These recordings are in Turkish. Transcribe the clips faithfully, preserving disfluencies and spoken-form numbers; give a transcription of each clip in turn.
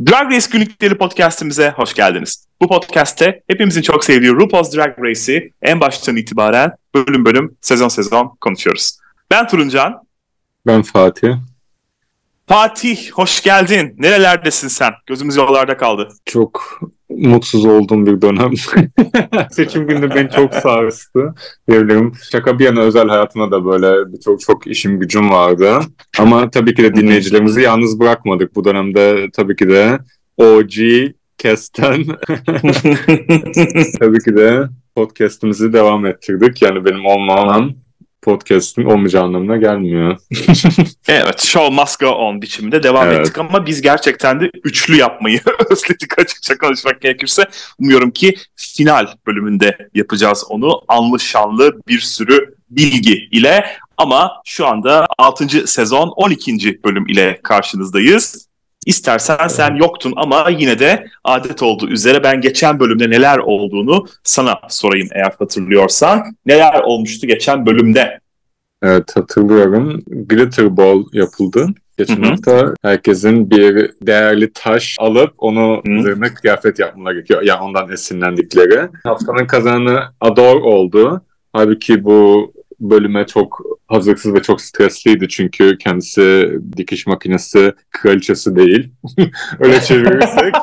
Drag Race Günlükleri podcastimize hoş geldiniz. Bu podcastte hepimizin çok sevdiği RuPaul's Drag Race'i en baştan itibaren bölüm bölüm, sezon sezon konuşuyoruz. Ben Turuncan. Ben Fatih. Fatih, hoş geldin. Nerelerdesin sen? Gözümüz yollarda kaldı. Çok mutsuz olduğum bir dönem. Seçim günü beni çok sarstı. Diyebilirim. Şaka bir yana özel hayatımda da böyle çok çok işim gücüm vardı. Ama tabii ki de dinleyicilerimizi yalnız bırakmadık. Bu dönemde tabii ki de O G Cast'ten tabii ki de podcast'imizi devam ettirdik. Yani benim olmamam podcast'in olmayacağı anlamına gelmiyor. Evet, show must go on biçiminde devam Evet. ettik ama biz gerçekten de üçlü yapmayı özledik açıkça konuşmak gerekirse. Umuyorum ki final bölümünde yapacağız onu. Anlı şanlı bir sürü bilgi ile ama şu anda altıncı sezon on ikinci bölüm ile karşınızdayız. İstersen sen yoktun ama yine de adet olduğu üzere ben geçen bölümde neler olduğunu sana sorayım eğer hatırlıyorsan. Neler olmuştu geçen bölümde? Evet, hatırlıyorum. Glitter Ball yapıldı. Geçen Hı hı. hafta herkesin bir değerli taş alıp onu Hı. üzerine kıyafet yapmaları gerekiyor. Yani ondan esinlendikleri. Haftanın kazananı Adore oldu. Halbuki bu bölüme çok hazırsız ve çok stresliydi. Çünkü kendisi dikiş makinesi kraliçesi değil. Öyle çevirirsek.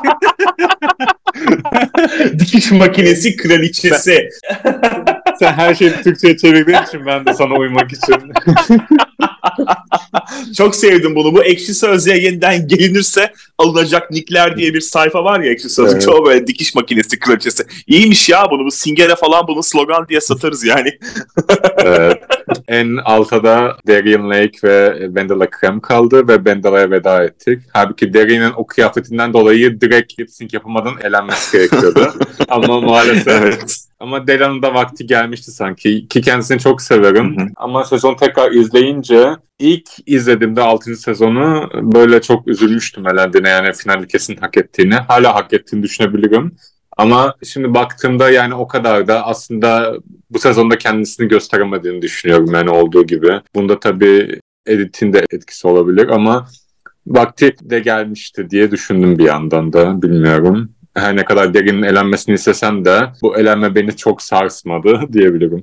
Dikiş makinesi kraliçesi. Sen her şeyi Türkçe'ye çevirdiğin için ben de sana uymak için. Çok sevdim bunu. Bu Ekşi Sözlüğe yeniden gelinirse alınacak nickler diye bir sayfa var ya Ekşi Sözlük. Evet. Çoğu böyle dikiş makinesi kraliçesi. İyiymiş ya bunu. Bu Singer'e falan bunu slogan diye satarız yani. Evet. En altta da Darian Lake ve Wendella Creme kaldı ve Wendella'ya veda ettik. Halbuki Darian'ın o kıyafetinden dolayı direkt lip sync yapamadan elenmesi gerekiyordu. Ama maalesef. Evet. Ama Dela'nın da vakti gelmişti sanki. Ki kendisini çok severim. Hı hı. Ama sezon tekrar izleyince ilk izlediğimde altıncı sezonu böyle çok üzülmüştüm elendiğine. Yani finali kesin hak ettiğini. Hala hak ettiğini düşünebilirim. Ama şimdi baktığımda yani o kadar da aslında bu sezonda kendisini gösteremediğini düşünüyorum yani olduğu gibi. Bunda tabii editin de etkisi olabilir ama vakti de gelmişti diye düşündüm bir yandan da, bilmiyorum. Her ne kadar Darian'ın elenmesini istesem de bu elenme beni çok sarsmadı diyebilirim.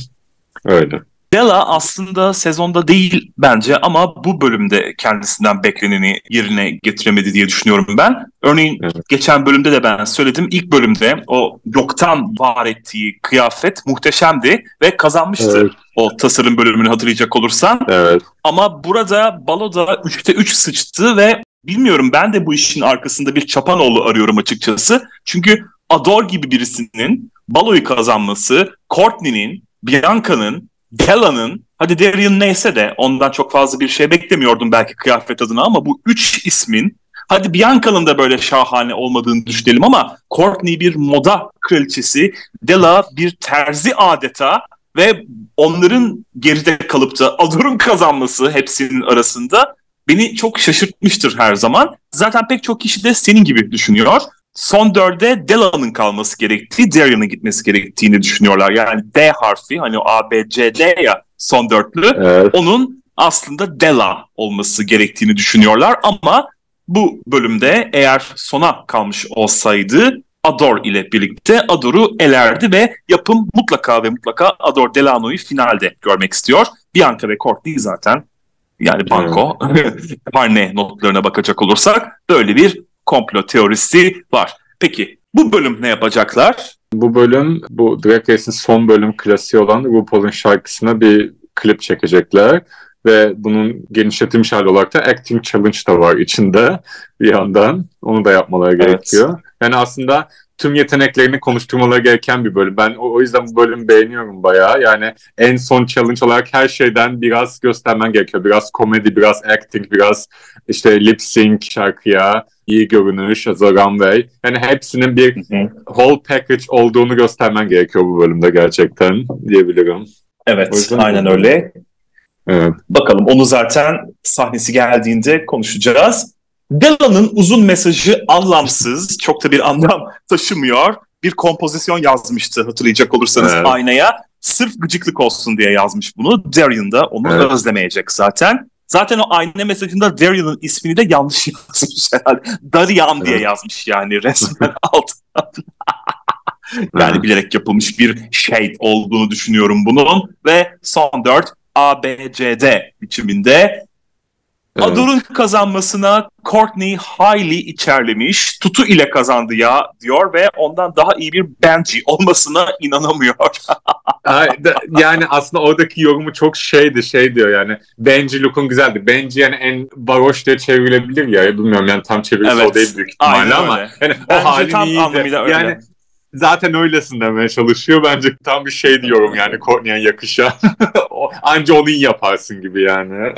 Öyle. Della aslında sezonda değil bence ama bu bölümde kendisinden bekleneni yerine getiremedi diye düşünüyorum ben. Örneğin evet. Geçen bölümde de ben söyledim. İlk bölümde o yoktan var ettiği kıyafet muhteşemdi ve kazanmıştı. Evet. O tasarım bölümünü hatırlayacak olursan. Evet. Ama burada baloda üçte üç sıçtı ve bilmiyorum, ben de bu işin arkasında bir Çapanoğlu arıyorum açıkçası. Çünkü Adore gibi birisinin baloyu kazanması, Courtney'nin, Bianca'nın, Della'nın, hadi Darian neyse de ondan çok fazla bir şey beklemiyordum belki kıyafet adına ama bu üç ismin, hadi Bianca'nın da böyle şahane olmadığını düşünelim ama Courtney bir moda kraliçesi, Della bir terzi adeta ve onların geride kalıp da Adore'un kazanması hepsinin arasında beni çok şaşırtmıştır her zaman. Zaten pek çok kişi de senin gibi düşünüyor. Son dörde Della'nın kalması gerektiği, Darian'ın gitmesi gerektiğini düşünüyorlar. Yani D harfi, hani o A, B, C, D ya son dörtlü. Evet. Onun aslında Della olması gerektiğini düşünüyorlar. Ama bu bölümde eğer sona kalmış olsaydı Adore ile birlikte Adore'u elerdi ve yapım mutlaka ve mutlaka Adore Delano'yu finalde görmek istiyor. Bianca ve Courtney zaten yani banko. Marne notlarına bakacak olursak böyle bir komplo teorisi var. Peki bu bölüm ne yapacaklar? Bu bölüm, bu Drag Race'in son bölüm klasiği olan RuPaul'un şarkısına bir klip çekecekler. Ve bunun genişletilmiş hali olarak da Acting Challenge da var içinde bir yandan. Onu da yapmaları evet. gerekiyor. Yani aslında tüm yeteneklerini konuşturmaları gereken bir bölüm. Ben o, o yüzden bu bölümü beğeniyorum bayağı. Yani en son challenge olarak her şeyden biraz göstermen gerekiyor. Biraz komedi, biraz acting, biraz işte lip sync şarkıya, iyi görünüş, as a runway. Yani hepsinin bir hı-hı. whole package olduğunu göstermen gerekiyor bu bölümde gerçekten diyebilirim. Evet, aynen öyle. Evet. Bakalım, onu zaten sahnesi geldiğinde konuşacağız. Della'nın uzun mesajı anlamsız, çok da bir anlam taşımıyor. Bir kompozisyon yazmıştı hatırlayacak olursanız evet. aynaya. Sırf gıcıklık olsun diye yazmış bunu. Darian da onu evet. özlemeyecek zaten. Zaten o ayna mesajında Darian'ın ismini de yanlış yazmış herhalde. Darian diye Evet. yazmış yani resmen altına. Yani Evet. bilerek yapılmış bir şey olduğunu düşünüyorum bunun. Ve son dört A, B, C, D biçiminde. Evet. Ador'un kazanmasına Courtney highly içerlemiş. Tutu ile kazandı ya diyor ve ondan daha iyi bir Benji olmasına inanamıyor. Ay, da- yani aslında oradaki yorumu çok şeydi, şey diyor yani Benji look'un güzeldi. Benji yani en varoş diye çevrilebilir ya. Bilmiyorum yani tam çevirisi Evet, o değil büyük ihtimalle aynen ama öyle. yani o Bence halin tam iyiydi. anlamıyla öyle. Yani zaten öylesin demeye çalışıyor. Bence tam bir şey diyorum yani Courtney'e yakışan. O- Anca onu iyi yaparsın gibi yani.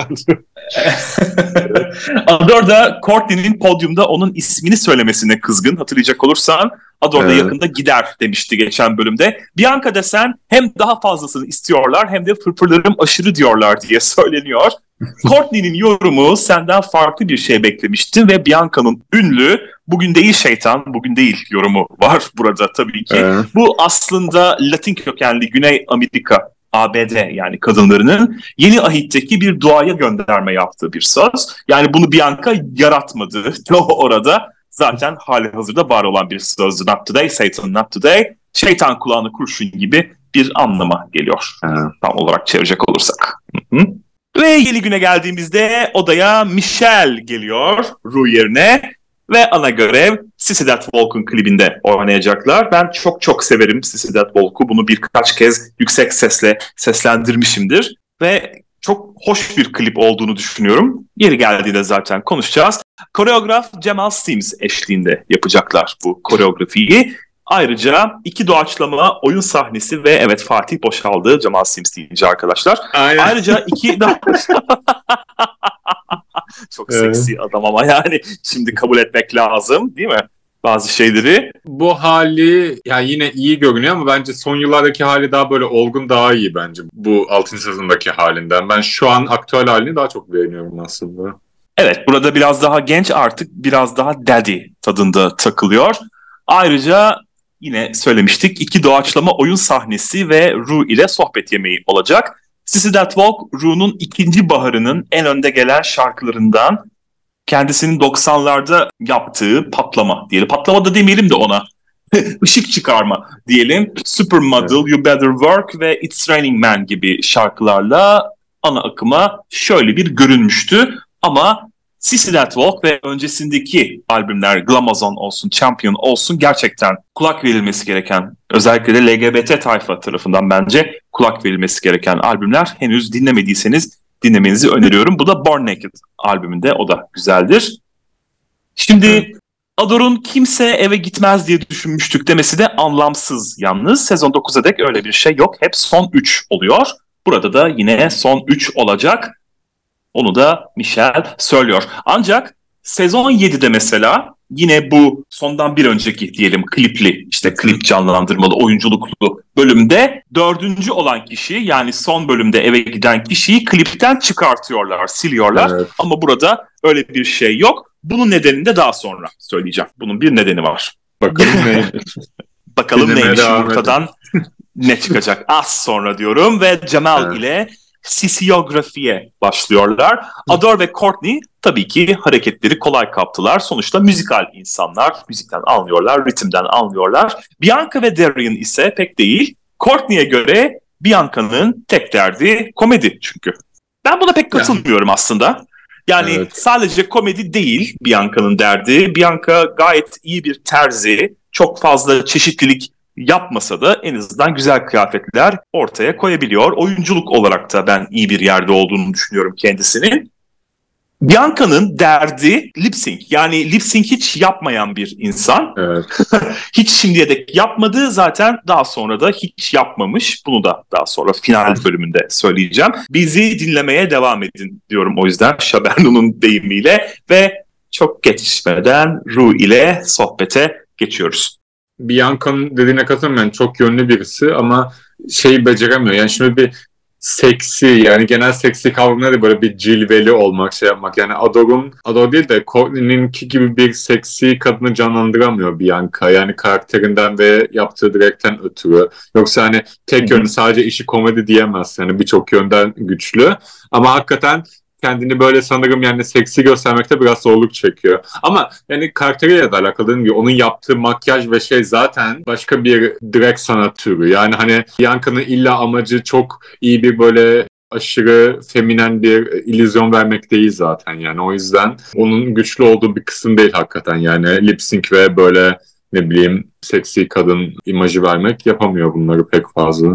Ador da Courtney'nin podyumda onun ismini söylemesine kızgın. Hatırlayacak olursan Ador da Evet. yakında gider demişti geçen bölümde. Bianca desen hem daha fazlasını istiyorlar hem de fırfırlarım aşırı diyorlar diye söyleniyor. Courtney'nin yorumu senden farklı bir şey beklemişti ve Bianca'nın ünlü bugün değil şeytan, bugün değil yorumu var burada tabii ki. Evet. Bu aslında Latin kökenli Güney Amerika, A B D yani kadınlarının yeni ahitteki bir duaya gönderme yaptığı bir söz. Yani bunu Bianca yaratmadı. O orada zaten hali hazırda var olan bir sözdü. Not today, Satan, not today. Şeytan kulağına kurşun gibi bir anlama geliyor. Evet. Tam olarak çevirecek olursak. Hı hı. Ve yeni güne geldiğimizde odaya Michelle geliyor Rue yerine ve ana görev Sissy That Walk'un klibinde oynayacaklar. Ben çok çok severim Sissy That Walk'u. Bunu birkaç kez yüksek sesle seslendirmişimdir ve çok hoş bir klip olduğunu düşünüyorum. Yeri geldiğinde zaten konuşacağız. Koreograf Cemal Sims eşliğinde yapacaklar bu koreografiyi. Ayrıca iki doğaçlama oyun sahnesi ve evet Fatih boşaldı Cemal Sims deyince arkadaşlar. Aynen. Ayrıca iki çok Evet. seksi adam ama yani şimdi kabul etmek lazım değil mi? Bazı şeyleri. Bu hali yani yine iyi görünüyor ama bence son yıllardaki hali daha böyle olgun, daha iyi bence bu altıncı sezondaki halinden. Ben şu an aktüel halini daha çok beğeniyorum aslında. Evet, burada biraz daha genç, artık biraz daha daddy tadında takılıyor. Ayrıca yine söylemiştik, iki doğaçlama oyun sahnesi ve Rue ile sohbet yemeği olacak. Sissy That Walk, Rue'nun ikinci baharının en önde gelen şarkılarından, kendisinin doksanlarda yaptığı patlama diyelim. Patlama da demeyelim de ona. Işık çıkarma diyelim. Supermodel, evet. You Better Work ve It's Raining Man gibi şarkılarla ana akıma şöyle bir görünmüştü. Ama Sissy That Walk ve öncesindeki albümler Glamazon olsun, Champion olsun gerçekten kulak verilmesi gereken, özellikle de L G B T tayfa tarafından bence kulak verilmesi gereken albümler. Henüz dinlemediyseniz dinlemenizi öneriyorum. Bu da Born Naked albümünde, o da güzeldir. Şimdi Ador'un kimse eve gitmez diye düşünmüştük demesi de anlamsız yalnız. Sezon dokuza dek öyle bir şey yok. Hep son üç oluyor. Burada da yine son üç olacak. Onu da Michelle söylüyor. Ancak sezon yedide mesela yine bu sondan bir önceki diyelim klipli, işte klip canlandırmalı, oyunculuklu bölümde dördüncü olan kişi, yani son bölümde eve giden kişiyi klipten çıkartıyorlar, siliyorlar. Evet. Ama burada öyle bir şey yok. Bunun nedenini de daha sonra söyleyeceğim. Bunun bir nedeni var. Bakalım neymiş. Bakalım neymiş yumurtadan ne çıkacak az sonra diyorum ve Cemal evet. ile sisiyografiye başlıyorlar. Ador ve Courtney tabii ki hareketleri kolay kaptılar. Sonuçta müzikal insanlar, müzikten anlıyorlar, ritimden anlıyorlar. Bianca ve Darian ise pek değil. Courtney'e göre Bianca'nın tek derdi komedi çünkü. Ben buna pek katılmıyorum yani. aslında. Yani evet. sadece komedi değil Bianca'nın derdi. Bianca gayet iyi bir terzi, çok fazla çeşitlilik yapmasa da en azından güzel kıyafetler ortaya koyabiliyor. Oyunculuk olarak da ben iyi bir yerde olduğunu düşünüyorum kendisinin. Bianca'nın derdi lip sync. Yani lip sync hiç yapmayan bir insan. Evet. Hiç şimdiye dek yapmadı, zaten daha sonra da hiç yapmamış. Bunu da daha sonra final bölümünde söyleyeceğim. Bizi dinlemeye devam edin diyorum o yüzden Şabernu'nun deyimiyle ve çok geçmeden Rue ile sohbete geçiyoruz. Bianca'nın dediğine katılmıyorum. Çok yönlü birisi ama şeyi beceremiyor. Yani şimdi bir seksi, yani genel seksi kavramları da böyle bir cilveli olmak, şey yapmak. Yani Ador'un, Ador değil de Courtney'ninki gibi bir seksi kadını canlandıramıyor Bianca. Yani karakterinden ve yaptığı direkten ötürü. Yoksa hani tek yönlü sadece işi komedi diyemez. Yani birçok yönden güçlü. Ama hakikaten kendini böyle sanırım yani seksi göstermekte biraz zorluk çekiyor. Ama yani karakteriyle de alakalı dediğim gibi onun yaptığı makyaj ve şey zaten başka bir drag sanat türü. Yani hani Bianca'nın illa amacı çok iyi bir böyle aşırı feminen bir illüzyon vermek değil zaten yani. O yüzden onun güçlü olduğu bir kısım değil hakikaten yani. Lip sync ve böyle ne bileyim seksi kadın imajı vermek yapamıyor bunları pek fazla.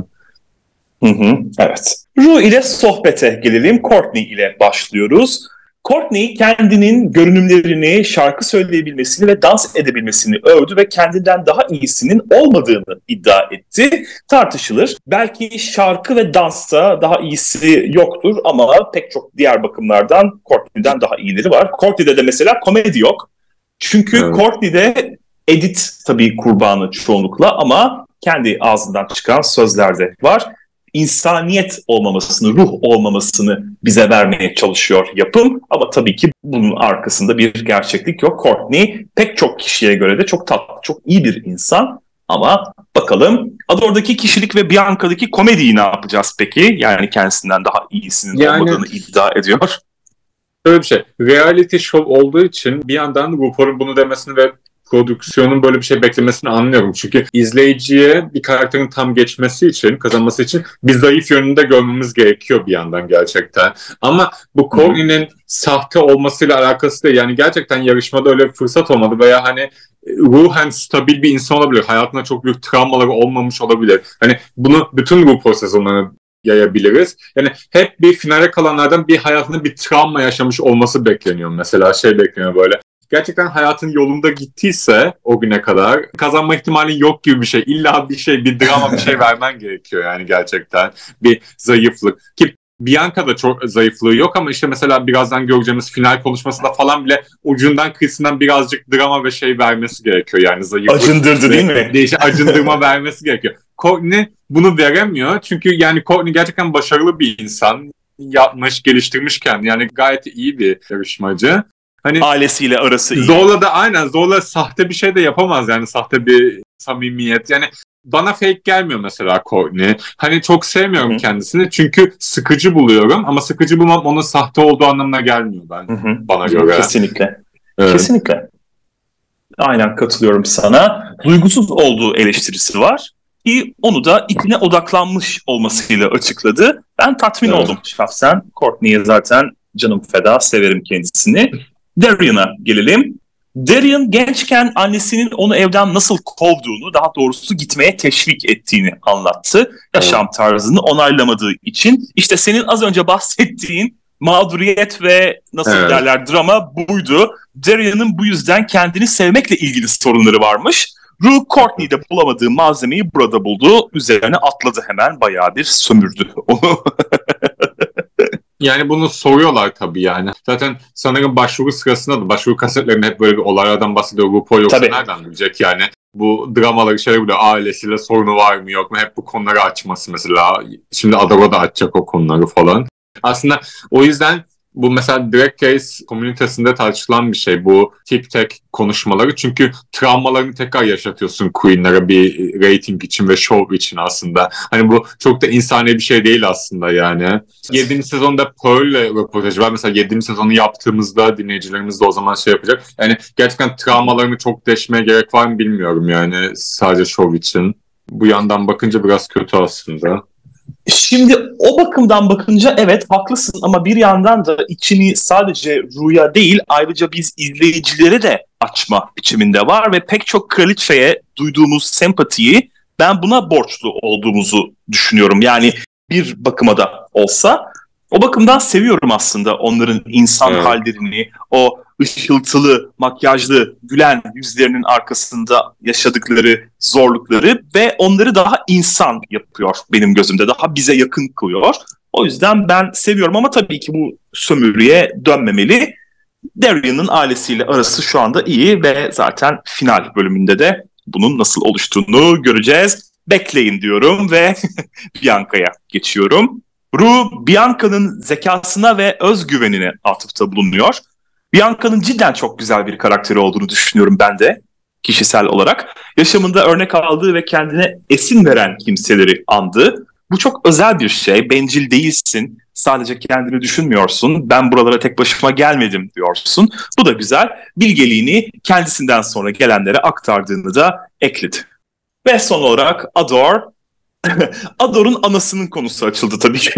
Hı hı, evet. Ru ile sohbete gelelim. Courtney ile başlıyoruz. Courtney kendinin görünümlerini, şarkı söyleyebilmesini ve dans edebilmesini övdü ve kendinden daha iyisinin olmadığını iddia etti. Tartışılır. Belki şarkı ve dansta daha iyisi yoktur ama pek çok diğer bakımlardan Courtney'den daha iyileri var. Courtney'de de mesela komedi yok. Çünkü evet. Courtney'de edit tabii kurbanı çoğunlukla ama kendi ağzından çıkan sözler de var. İnsaniyet olmamasını, ruh olmamasını bize vermeye çalışıyor yapım. Ama tabii ki bunun arkasında bir gerçeklik yok. Courtney pek çok kişiye göre de çok tatlı, çok iyi bir insan. Ama bakalım Ador'daki kişilik ve Bianca'daki komediyi ne yapacağız peki? Yani kendisinden daha iyisinin yani, olmadığını iddia ediyor. Böyle bir şey. Reality show olduğu için bir yandan RuPaul'un bunu demesini ve prodüksiyonun böyle bir şey beklemesini anlıyorum. Çünkü izleyiciye bir karakterin tam geçmesi için, kazanması için bir zayıf yönünü de görmemiz gerekiyor bir yandan gerçekten. Ama bu Courtney'nin sahte olmasıyla alakası değil. Yani gerçekten yarışmada öyle bir fırsat olmadı veya hani ruhen stabil bir insan olabilir. Hayatında çok büyük travmaları olmamış olabilir. Hani bunu bütün RuPaul sezonlarına yayabiliriz. Yani hep bir finale kalanlardan bir hayatında bir travma yaşamış olması bekleniyor. Mesela şey bekleniyor böyle. Gerçekten hayatın yolunda gittiyse o güne kadar kazanma ihtimalin yok gibi bir şey. İlla bir şey, bir drama bir şey vermen gerekiyor yani gerçekten. Bir zayıflık. Ki Bianca'da çok zayıflığı yok ama işte mesela birazdan göreceğimiz final konuşmasında falan bile ucundan kıyısından birazcık drama ve şey vermesi gerekiyor yani zayıflık. Acındırdı değil mi? Değişik acındırma vermesi gerekiyor. Courtney bunu veremiyor çünkü yani Courtney gerçekten başarılı bir insan. Yapmış, geliştirmiş kendini. Yani gayet iyi bir yarışmacı. Hani ailesiyle arası iyi. Zorla da aynen zorla sahte bir şey de yapamaz yani sahte bir samimiyet. Yani bana fake gelmiyor mesela Courtney. Hani çok sevmiyorum Hı-hı. kendisini çünkü sıkıcı buluyorum ama sıkıcı bulmam onun sahte olduğu anlamına gelmiyor ben Hı-hı. bana göre. Kesinlikle. Evet. Kesinlikle. Aynen katılıyorum sana. Duygusuz olduğu eleştirisi var. Ki onu da ipine odaklanmış olmasıyla açıkladı. Ben tatmin evet. oldum şahsen. Courtney'e zaten canım feda, severim kendisini. Darian'a gelelim. Darian gençken annesinin onu evden nasıl kovduğunu, daha doğrusu gitmeye teşvik ettiğini anlattı. Yaşam tarzını onaylamadığı için. İşte senin az önce bahsettiğin mağduriyet ve nasıl evet. derler drama buydu. Darian'ın bu yüzden kendini sevmekle ilgili sorunları varmış. Ru Courtney'de bulamadığı malzemeyi burada buldu. Üzerine atladı hemen, bayağı bir sömürdü onu. Yani bunu soruyorlar tabii yani. Zaten sanırım başvuru sırasında da başvuru kasetlerinde hep böyle bir olaylardan bahsediyor. RuPaul yoksa tabii. nereden bilecek yani? Bu dramaları şeyler bile ailesiyle sorunu var mı yok mu? Hep bu konuları açması mesela. Şimdi Adora da açacak o konuları falan. Aslında o yüzden bu mesela Drag Race komünitesinde tartışılan bir şey bu tic tac konuşmaları. Çünkü travmalarını tekrar yaşatıyorsun Queen'lere bir rating için ve show için aslında. Hani bu çok da insani bir şey değil aslında yani. yedinci sezonda Pearl'le röportajı var. Mesela yedinci sezonu yaptığımızda dinleyicilerimiz de o zaman şey yapacak. Yani gerçekten travmalarını çok deşmeye gerek var mı bilmiyorum yani sadece show için. Bu yandan bakınca biraz kötü aslında. Şimdi o bakımdan bakınca evet haklısın ama bir yandan da içini sadece Ru'ya değil ayrıca biz izleyicilere de açma biçiminde var ve pek çok kraliçeye duyduğumuz sempatiyi ben buna borçlu olduğumuzu düşünüyorum. Yani bir bakıma da olsa o bakımdan seviyorum aslında onların insan evet. hallerini, o ışıltılı, makyajlı, gülen yüzlerinin arkasında yaşadıkları zorlukları ve onları daha insan yapıyor benim gözümde. Daha bize yakın kılıyor. O yüzden ben seviyorum ama tabii ki bu sömürüye dönmemeli. Darian'ın ailesiyle arası şu anda iyi ve zaten final bölümünde de bunun nasıl oluştuğunu göreceğiz. Bekleyin diyorum ve Bianca'ya geçiyorum. Ru, Bianca'nın zekasına ve özgüvenine atıfta bulunuyor. Bianca'nın cidden çok güzel bir karakteri olduğunu düşünüyorum ben de kişisel olarak. Yaşamında örnek aldığı ve kendine esin veren kimseleri andı. Bu çok özel bir şey. Bencil değilsin. Sadece kendini düşünmüyorsun. Ben buralara tek başıma gelmedim diyorsun. Bu da güzel. Bilgeliğini kendisinden sonra gelenlere aktardığını da ekledi. Ve son olarak Adore. Ador'un anasının konusu açıldı tabii ki.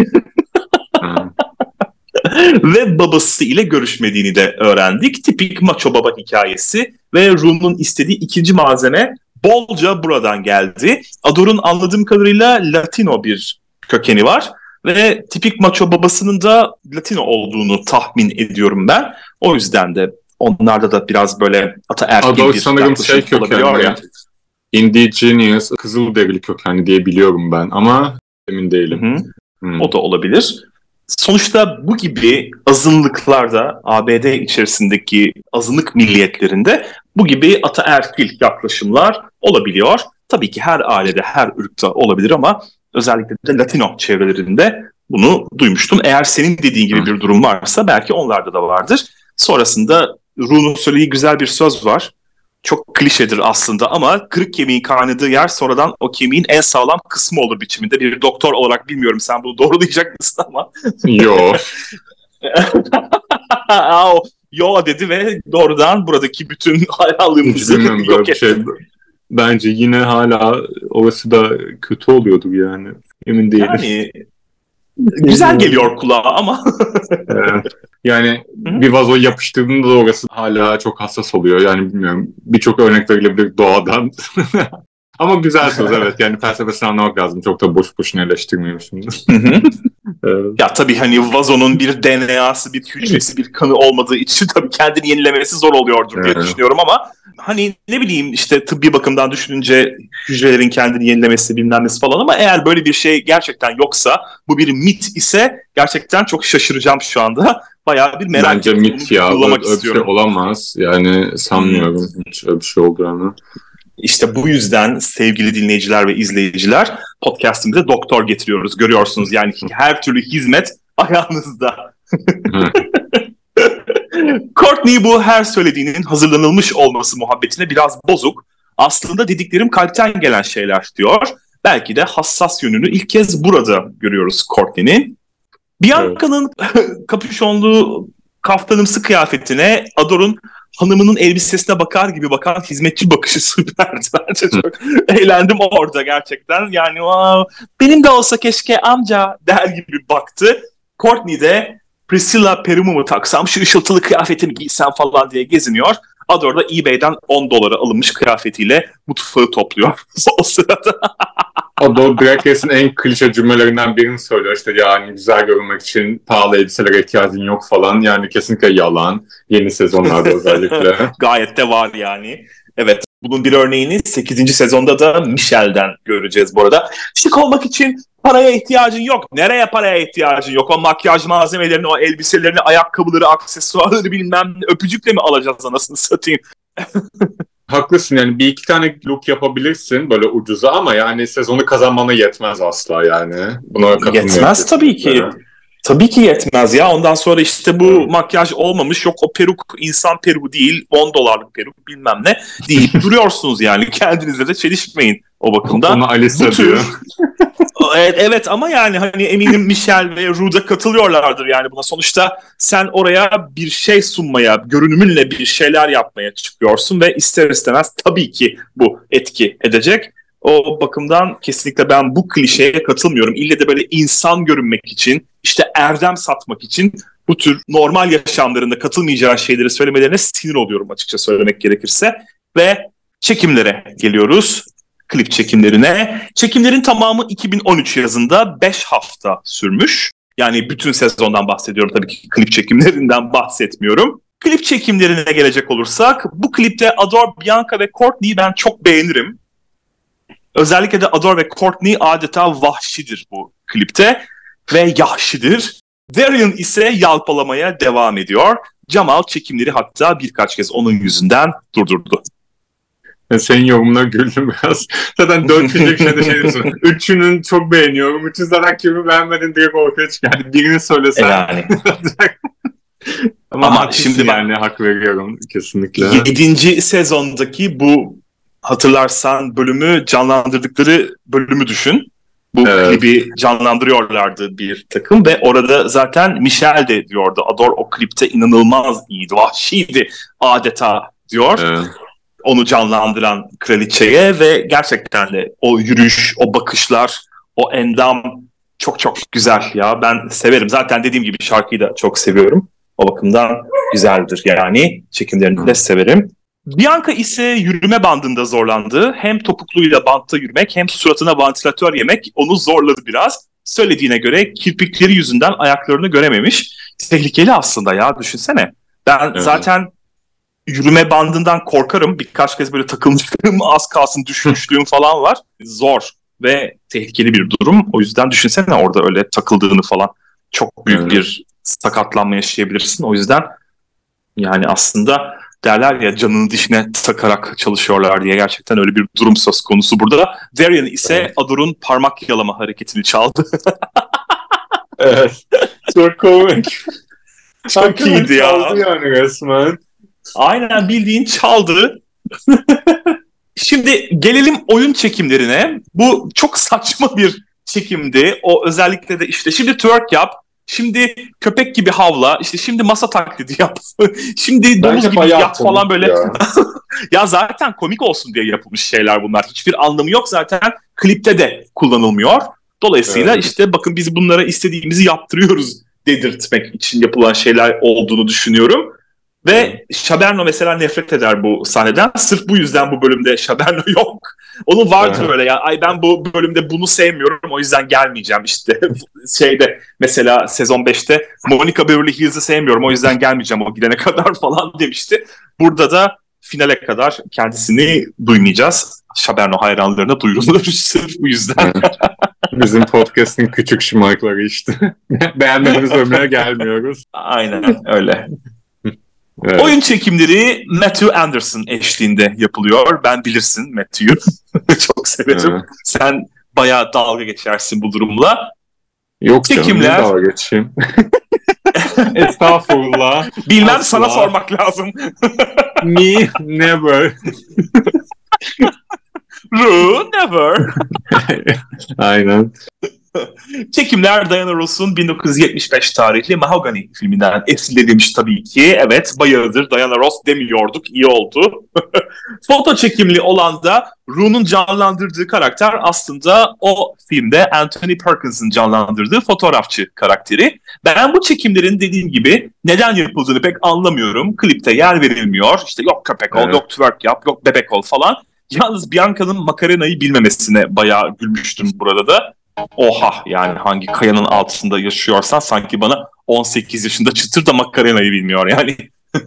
Ve babası ile görüşmediğini de öğrendik. Tipik macho baba hikayesi ve Ru'nun istediği ikinci malzeme bolca buradan geldi. Ador'un anladığım kadarıyla Latino bir kökeni var ve tipik macho babasının da Latino olduğunu tahmin ediyorum ben. O yüzden de onlarda da biraz böyle ataerkil Ador bir sanırım şey kökenli, ya. Indigenous, Kızılderili kökenli diye biliyorum ben ama emin değilim. Hı hı. Hmm. O da olabilir. Sonuçta bu gibi azınlıklarda, A B D içerisindeki azınlık milliyetlerinde bu gibi ataerkil yaklaşımlar olabiliyor. Tabii ki her ailede, her ırkta olabilir ama özellikle de Latino çevrelerinde bunu duymuştum. Eğer senin dediğin gibi bir durum varsa belki onlarda da vardır. Sonrasında Ru'nun söylediği güzel bir söz var. Çok klişedir aslında ama kırık kemiğin kaynadığı yer sonradan o kemiğin en sağlam kısmı olur biçiminde. Bir doktor olarak bilmiyorum sen bunu doğrulayacak mısın ama. Yo. Yo dedi ve doğrudan buradaki bütün hayallığımızı yok etti. Şey, bence yine hala orası da kötü oluyordur yani. Emin değilim. Yani güzel geliyor kulağa ama. Evet. Yani Hı-hı. bir vazo yapıştırdığında da orası hala çok hassas oluyor. Yani bilmiyorum. Birçok örnek verilebilir doğadan. Ama güzel söz evet. Yani felsefesini anlamak lazım. Çok da boş boşuna eleştirmiyorum şimdi. Evet. Ya tabii hani vazonun bir D N A'sı, bir hücresi, bir kanı olmadığı için tabii kendini yenilemesi zor oluyordur diye evet. düşünüyorum ama hani ne bileyim işte tıbbi bakımdan düşününce hücrelerin kendini yenilemesi bilmem nesi falan ama eğer böyle bir şey gerçekten yoksa, bu bir mit ise gerçekten çok şaşıracağım şu anda. Bayağı bir merak Bence mit ya. Öyle bir şey olamaz. Yani sanmıyorum hmm. hiç öyle bir şey olduğunu. İşte bu yüzden sevgili dinleyiciler ve izleyiciler podcast'imize doktor getiriyoruz. Görüyorsunuz yani her türlü hizmet ayağınızda. Courtney bu her söylediğinin hazırlanılmış olması muhabbetine biraz bozuk. Aslında dediklerim kalpten gelen şeyler diyor. Belki de hassas yönünü ilk kez burada görüyoruz Courtney'nin. Bianca'nın evet. kapüşonlu kaftanımsı kıyafetine Ador'un hanımının elbisesine bakar gibi bakan hizmetçi bakışı süperdi. Bence çok eğlendim orada gerçekten. Yani wow, benim de olsa keşke amca der gibi baktı. Courtney de Priscilla perumu mu taksam, şu ışıltılı kıyafetimi giysem falan diye geziniyor. Ador da eBay'den on dolara alınmış kıyafetiyle mutfağı topluyor o sırada. Ador Drag Race'in en klişe cümlelerinden birini söylüyor. İşte yani güzel görünmek için pahalı elbiselere ihtiyacın yok falan. Yani kesinlikle yalan. Yeni sezonlarda özellikle. Gayet de var yani. Evet. Bunun bir örneğini sekizinci sezonda da Michelle'den göreceğiz bu arada. Şık olmak için paraya ihtiyacın yok. Nereye paraya ihtiyacın yok? O makyaj malzemelerini, o elbiselerini, ayakkabıları, aksesuarları bilmem ne öpücükle mi alacağız anasını satayım? Haklısın yani bir iki tane look yapabilirsin böyle ucuza ama yani sezonu kazanmana yetmez asla yani. Buna yetmez tabii ki. Yani. Tabii ki yetmez ya. Ondan sonra işte bu hmm. makyaj olmamış. Yok o peruk insan peruğu değil. on dolarlık peruk bilmem ne deyip duruyorsunuz yani. Kendinize de çelişmeyin o bakımdan. Ona Alisa tür... diyor. evet, evet ama yani hani eminim Michelle ve Rue da katılıyorlardır yani buna. Sonuçta sen oraya bir şey sunmaya, görünümünle bir şeyler yapmaya çıkıyorsun ve ister istemez tabii ki bu etki edecek. O bakımdan kesinlikle ben bu klişeye katılmıyorum. İlle de böyle insan görünmek için, işte erdem satmak için bu tür normal yaşamlarında katılmayacağı şeyleri söylemelerine sinir oluyorum açıkça söylemek gerekirse. Ve çekimlere geliyoruz. Klip çekimlerine. Çekimlerin tamamı iki bin on üç yazında beş hafta sürmüş. Yani bütün sezondan bahsediyorum tabii ki, klip çekimlerinden bahsetmiyorum. Klip çekimlerine gelecek olursak bu klipte Adore, Bianca ve Courtney'i ben çok beğenirim. Özellikle de Adore ve Courtney adeta vahşidir bu klipte ve yahşidir. Darian ise yalpalamaya devam ediyor. Jamal çekimleri hatta birkaç kez onun yüzünden durdurdu. Senin yorumuna güldüm biraz. Zaten dört kişilik şeyde şey diyorsun. Üçünün çok beğeniyorum. Üçün zaten kimi beğenmedin direkt ortaya çıkıyor. Yani birini söylesen. Yani. Ama, Ama şimdi yani ben, hak veriyorum kesinlikle. Yedinci sezondaki bu hatırlarsan bölümü canlandırdıkları bölümü düşün. Bu evet. klibi canlandırıyorlardı bir takım ve orada zaten Michelle de diyordu. Adore o klipte inanılmaz iyiydi, vahşiydi adeta diyor. Evet. Onu canlandıran kraliçeye ve gerçekten de o yürüyüş, o bakışlar, o endam çok çok güzel ya. Ben severim. Zaten dediğim gibi şarkıyı da çok seviyorum. O bakımdan güzeldir yani. Çekimlerini de severim. Bianca ise yürüme bandında zorlandı. Hem topukluyla bantta yürümek hem suratına vantilatör yemek onu zorladı biraz. Söylediğine göre kirpikleri yüzünden ayaklarını görememiş. Tehlikeli aslında ya, düşünsene. Ben evet. zaten yürüme bandından korkarım. Birkaç kez böyle takılmışlığım, az kalsın düşmüşlüğüm falan var. Zor ve tehlikeli bir durum. O yüzden düşünsene orada öyle takıldığını falan. Çok büyük evet. bir sakatlanma yaşayabilirsin. O yüzden yani aslında derler ya canını dişine takarak çalışıyorlar diye, gerçekten öyle bir durum söz konusu burada. Darian ise evet. Ador'un parmak yalama hareketini çaldı. Evet. Çok komik. Çok iyiydi ya. Çaldı yani resmen. Aynen, bildiğin çaldı. Şimdi gelelim oyun çekimlerine. Bu çok saçma bir çekimdi. O özellikle de işte şimdi twerk yap, şimdi köpek gibi havla, işte şimdi masa taklidi yap, şimdi domuz Bence gibi yat falan böyle. Ya. Ya zaten komik olsun diye yapılmış şeyler bunlar. Hiçbir anlamı yok zaten. Klipte de kullanılmıyor. Dolayısıyla evet. işte bakın biz bunlara istediğimizi yaptırıyoruz dedirtmek için yapılan şeyler olduğunu düşünüyorum. Ve Shaberno mesela nefret eder bu sahneden. Sırf bu yüzden bu bölümde Shaberno yok. Onun vardır evet. öyle ya. Ay ben bu bölümde bunu sevmiyorum, o yüzden gelmeyeceğim işte. Şeyde mesela sezon beşte Monica Beverly Hills'i sevmiyorum, o yüzden gelmeyeceğim o gidene kadar falan demişti. Burada da finale kadar kendisini duymayacağız. Shaberno hayranlarına duyurulur sırf bu yüzden. Evet. Bizim podcast'in küçük şımarıkları işte. Beğenmediğimiz bölümlere gelmiyoruz. Aynen öyle. Evet. Oyun çekimleri Matthew Anderson eşliğinde yapılıyor. Ben bilirsin Matthew'yu. Çok severim. Evet. Sen bayağı dalga geçersin bu durumla. Yok çekimler... canım, dalga geçeyim. Estağfurullah. Bilmem, asla. Sana sormak lazım. Me never. Ru never. Aynen. Çekimler Diana Ross'un bin dokuz yüz yetmiş beş tarihli Mahogany filminden esinlenilmiş tabii ki. Evet, bayağıdır Diana Ross demiyorduk, iyi oldu. Foto çekimli olan da Ru'nun canlandırdığı karakter aslında o filmde Anthony Perkins'in canlandırdığı fotoğrafçı karakteri. Ben bu çekimlerin dediğim gibi neden yapıldığını pek anlamıyorum. Klipte yer verilmiyor. İşte yok köpek ol, evet. yok twerk yap, yok bebek ol falan. Yalnız Bianca'nın Macarena'yı bilmemesine bayağı gülmüştüm burada da. Oha, yani hangi kayanın altında yaşıyorsan sanki bana on sekiz yaşında çıtır da Macarena'yı bilmiyor yani.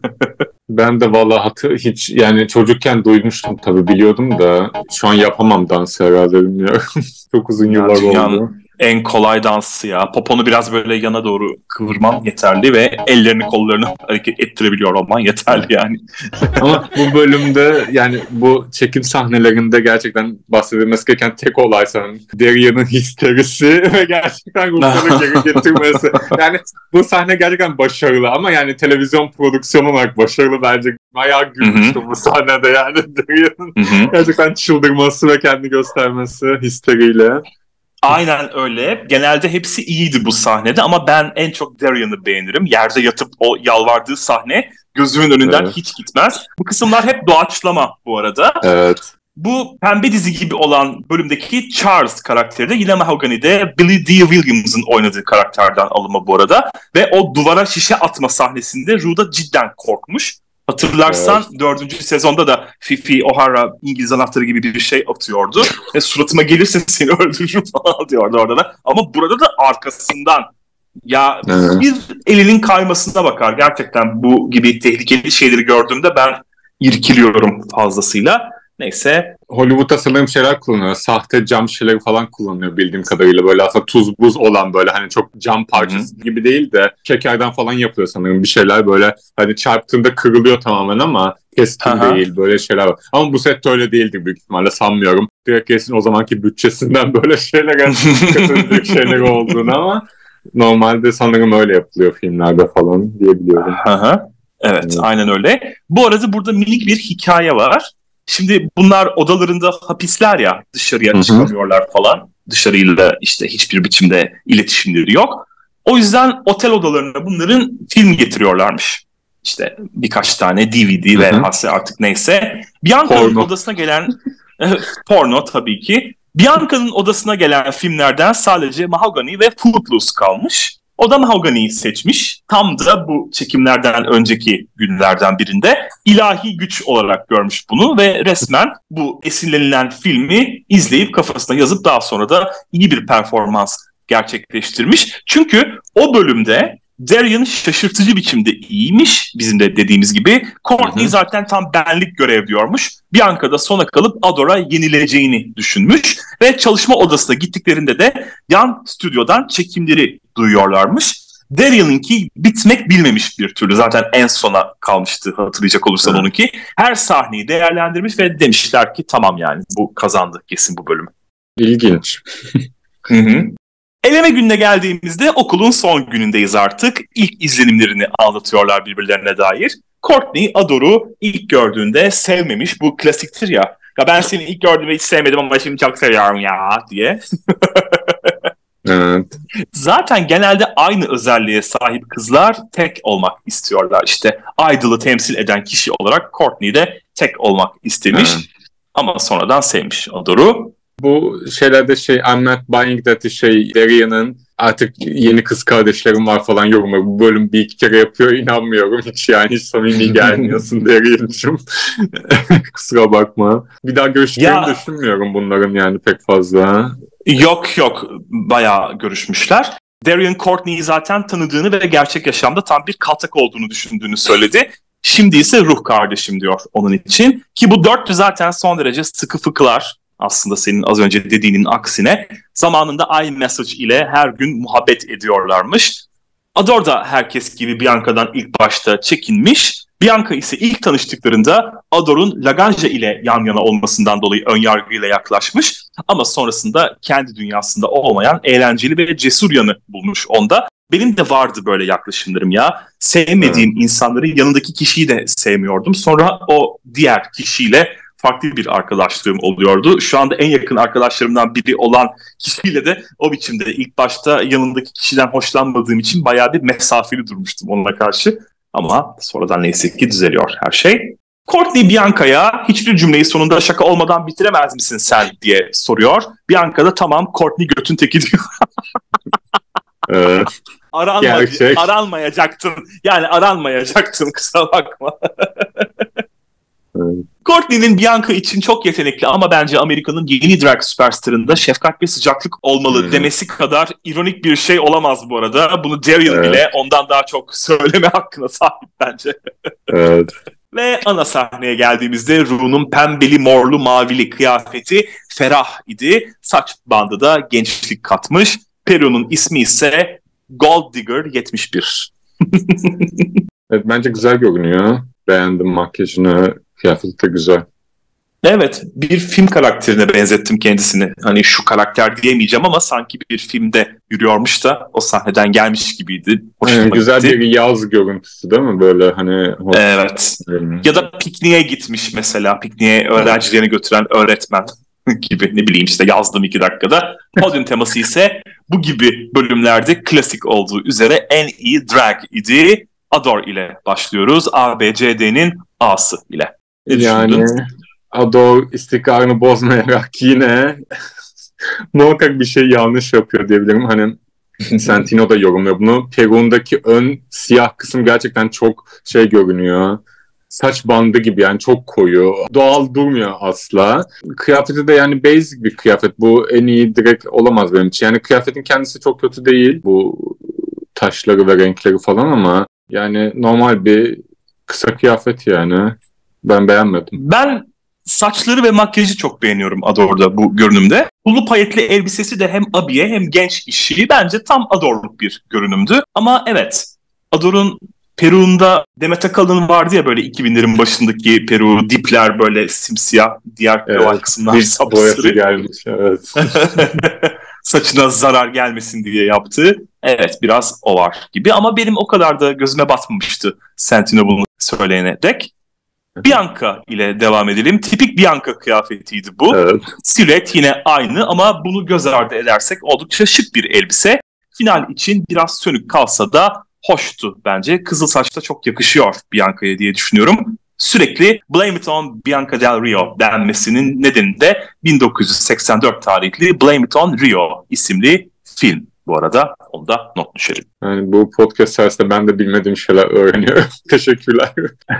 Ben de vallahi hatır, hiç yani çocukken duymuştum tabii, biliyordum da şu an yapamam dansı herhalde, bilmiyorum. Çok uzun yıllar ya, oldu. En kolay dansı ya. Poponu biraz böyle yana doğru kıvırman yeterli ve ellerini kollarını hareket ettirebiliyor olman yeterli yani. Ama bu bölümde yani bu çekim sahnelerinde gerçekten bahsedilmesi gereken tek olay sanırım Darian'ın histerisi ve gerçekten ruhları geri getirmesi. Yani bu sahne gerçekten başarılı ama yani televizyon prodüksiyonu olarak başarılı bence. Bayağı gülmüştüm bu sahnede yani Darian'ın gerçekten çıldırması ve kendi göstermesi histeriyle. Aynen öyle. Genelde hepsi iyiydi bu sahnede ama ben en çok Darian'ı beğenirim. Yerde yatıp o yalvardığı sahne gözümün önünden evet. hiç gitmez. Bu kısımlar hep doğaçlama bu arada. Evet. Bu pembe dizi gibi olan bölümdeki Charles karakteri de yine Mahogany'de Billy D. Williams'ın oynadığı karakterden alınma bu arada. Ve o duvara şişe atma sahnesinde Ru'da cidden korkmuş. Hatırlarsan evet. dördüncü sezonda da Fifi O'Hara İngiliz anahtarı gibi bir şey atıyordu. Ve suratıma gelirse seni öldürürüm falan diyordu orada da. Ama burada da arkasından ya evet. bir elinin kaymasına bakar. Gerçekten bu gibi tehlikeli şeyleri gördüğümde ben irkiliyorum fazlasıyla. Neyse. Hollywood'da sanırım şeyler kullanıyor. Sahte cam şişeleri falan kullanıyor bildiğim kadarıyla. Böyle aslında tuz buz olan böyle hani çok cam parçası Hı-hı. gibi değil de şekerden falan yapıyor sanırım bir şeyler böyle. Hani çarptığında kırılıyor tamamen ama keskin Aha. değil, böyle şeyler var. Ama bu sette öyle değildi büyük ihtimalle, sanmıyorum. Direkt kesin o zamanki bütçesinden böyle şeyler katılacak şeyler olduğunu ama normalde sanırım öyle yapılıyor filmlerde falan diyebiliyorum. Aha. Evet, evet, aynen öyle. Bu arada burada minik bir hikaye var. Şimdi bunlar odalarında hapisler ya, dışarıya Hı-hı. çıkamıyorlar falan. Dışarıyla işte hiçbir biçimde iletişimleri yok. O yüzden otel odalarına bunların film getiriyorlarmış. İşte birkaç tane D V D ve hası artık neyse. Bianca'nın odasına gelen porno tabii ki. Bianca'nın odasına gelen filmlerden sadece Mahogany ve Footloose kalmış. O da Mahogany'yi seçmiş. Tam da bu çekimlerden önceki günlerden birinde ilahi güç olarak görmüş bunu ve resmen bu esinlenilen filmi izleyip kafasına yazıp daha sonra da iyi bir performans gerçekleştirmiş. Çünkü o bölümde Darian şaşırtıcı biçimde iyiymiş, bizim de dediğimiz gibi. Courtney zaten tam benlik görev diyormuş. Bianca da sona kalıp Ador'a yenileceğini düşünmüş ve çalışma odasına gittiklerinde de yan stüdyodan çekimleri duyuyorlarmış. Darian'ınki bitmek bilmemiş bir türlü. Zaten en sona kalmıştı hatırlayacak olursan evet. Onunki. Her sahneyi değerlendirmiş ve demişler ki tamam yani bu kazandı kesin bu bölümü. İlginç. Hı hı. Eleme gününe geldiğimizde okulun son günündeyiz artık. İlk izlenimlerini anlatıyorlar birbirlerine dair. Courtney Ador'u ilk gördüğünde sevmemiş. Bu klasiktir ya. Ya ben seni ilk gördüğümde hiç sevmedim ama şimdi çok seviyorum ya diye. Evet. Zaten genelde aynı özelliğe sahip kızlar tek olmak istiyorlar. İşte idol'ı temsil eden kişi olarak Courtney de tek olmak istemiş. Evet. Ama sonradan sevmiş Ador'u. Bu şeylerde şey I'm not buying that şey Darian'ın artık yeni kız kardeşlerim var falan yorumları. Bu bölüm bir iki kere yapıyor, inanmıyorum hiç yani hiç samimi gelmiyorsun Darian'cığım. Kusura bakma. Bir daha görüştüklerini ya, düşünmüyorum bunların yani pek fazla. Yok yok bayağı görüşmüşler. Darian Courtney'i zaten tanıdığını ve gerçek yaşamda tam bir kaltak olduğunu düşündüğünü söyledi. Şimdi ise ruh kardeşim diyor onun için. Ki bu dörtlü zaten son derece sıkı fıkılar. Aslında senin az önce dediğinin aksine zamanında iMessage ile her gün muhabbet ediyorlarmış. Ador da herkes gibi Bianca'dan ilk başta çekinmiş. Bianca ise ilk tanıştıklarında Ador'un Lagrange ile yan yana olmasından dolayı önyargıyla yaklaşmış. Ama sonrasında kendi dünyasında olmayan eğlenceli ve cesur yanı bulmuş onda. Benim de vardı böyle yaklaşımlarım ya. Sevmediğim hmm. insanları yanındaki kişiyi de sevmiyordum. Sonra o diğer kişiyle farklı bir arkadaşlığım oluyordu. Şu anda en yakın arkadaşlarımdan biri olan kişiyle de o biçimde ilk başta yanındaki kişiden hoşlanmadığım için bayağı bir mesafeli durmuştum onunla karşı. Ama sonradan neyse ki düzeliyor her şey. Courtney Bianca'ya hiçbir cümleyi sonunda şaka olmadan bitiremez misin sen diye soruyor. Bianca da tamam Courtney götün teki diyor. Evet. Aranma, aranmayacaktın. Yani aranmayacaktın kusura bakma. Evet. Courtney'nin Bianca için çok yetenekli ama bence Amerika'nın yeni drag süperstarında şefkat ve sıcaklık olmalı hmm. demesi kadar ironik bir şey olamaz bu arada. Bunu Darian evet. bile ondan daha çok söyleme hakkına sahip bence. Evet. Ve ana sahneye geldiğimizde Ru'nun pembeli, morlu, mavili kıyafeti ferah idi. Saç bandı da gençlik katmış. Peru'nun ismi ise Gold Digger yetmiş bir. Evet, bence güzel görünüyor. Beğendim makyajını, kıyafeti de güzel. Evet, bir film karakterine benzettim kendisini. Hani şu karakter diyemeyeceğim ama sanki bir filmde yürüyormuş da o sahneden gelmiş gibiydi. Yani güzel gitti. Bir yaz görüntüsü değil mi? Böyle hani... Hoş... Evet. Hmm. Ya da pikniğe gitmiş mesela. Pikniğe öğrencilerini götüren öğretmen gibi ne bileyim işte yazdım iki dakikada. Podyum teması ise bu gibi bölümlerde klasik olduğu üzere en iyi drag idi. Ador ile başlıyoruz. A B C D'nin A'sı ile. Ne yani düşündün? Ador istikrarını bozmayarak yine muhakkak bir şey yanlış yapıyor diyebilirim. Hani Santino da yorumluyor bunu. Peru'ndaki ön siyah kısım gerçekten çok şey görünüyor. Saç bandı gibi yani çok koyu. Doğal durmuyor asla. Kıyafeti de yani basic bir kıyafet. Bu en iyi direkt olamaz benim için. Yani kıyafetin kendisi çok kötü değil. Bu taşları ve renkleri falan ama yani normal bir kısa kıyafet yani. Ben beğenmedim. Ben saçları ve makyajı çok beğeniyorum Ador'da bu görünümde. Pullu payetli elbisesi de hem abiye hem genç işi bence tam Ador'luk bir görünümdü. Ama evet Ador'un Peru'nda Demet Akalın vardı ya böyle iki binlerin başındaki Peru dipler böyle simsiyah diğer evet, Peru kısımlar sapsarı. Gelmiş, evet. Saçına zarar gelmesin diye yaptığı. Evet biraz o var gibi ama benim o kadar da gözüme batmamıştı Santino bunu söyleyene dek. Bianca ile devam edelim. Tipik Bianca kıyafetiydi bu. Evet. Silüet yine aynı ama bunu göz ardı edersek oldukça şık bir elbise. Final için biraz sönük kalsa da hoştu bence. Kızıl saçta çok yakışıyor Bianca'ya diye düşünüyorum. Sürekli Blame It On Bianca Del Rio denmesinin nedeni de bin dokuz yüz seksen dört tarihli Blame It On Rio isimli film. Bu arada onu da not düşelim. Yani bu podcast sayesinde ben de bilmediğim şeyler öğreniyorum. Teşekkürler.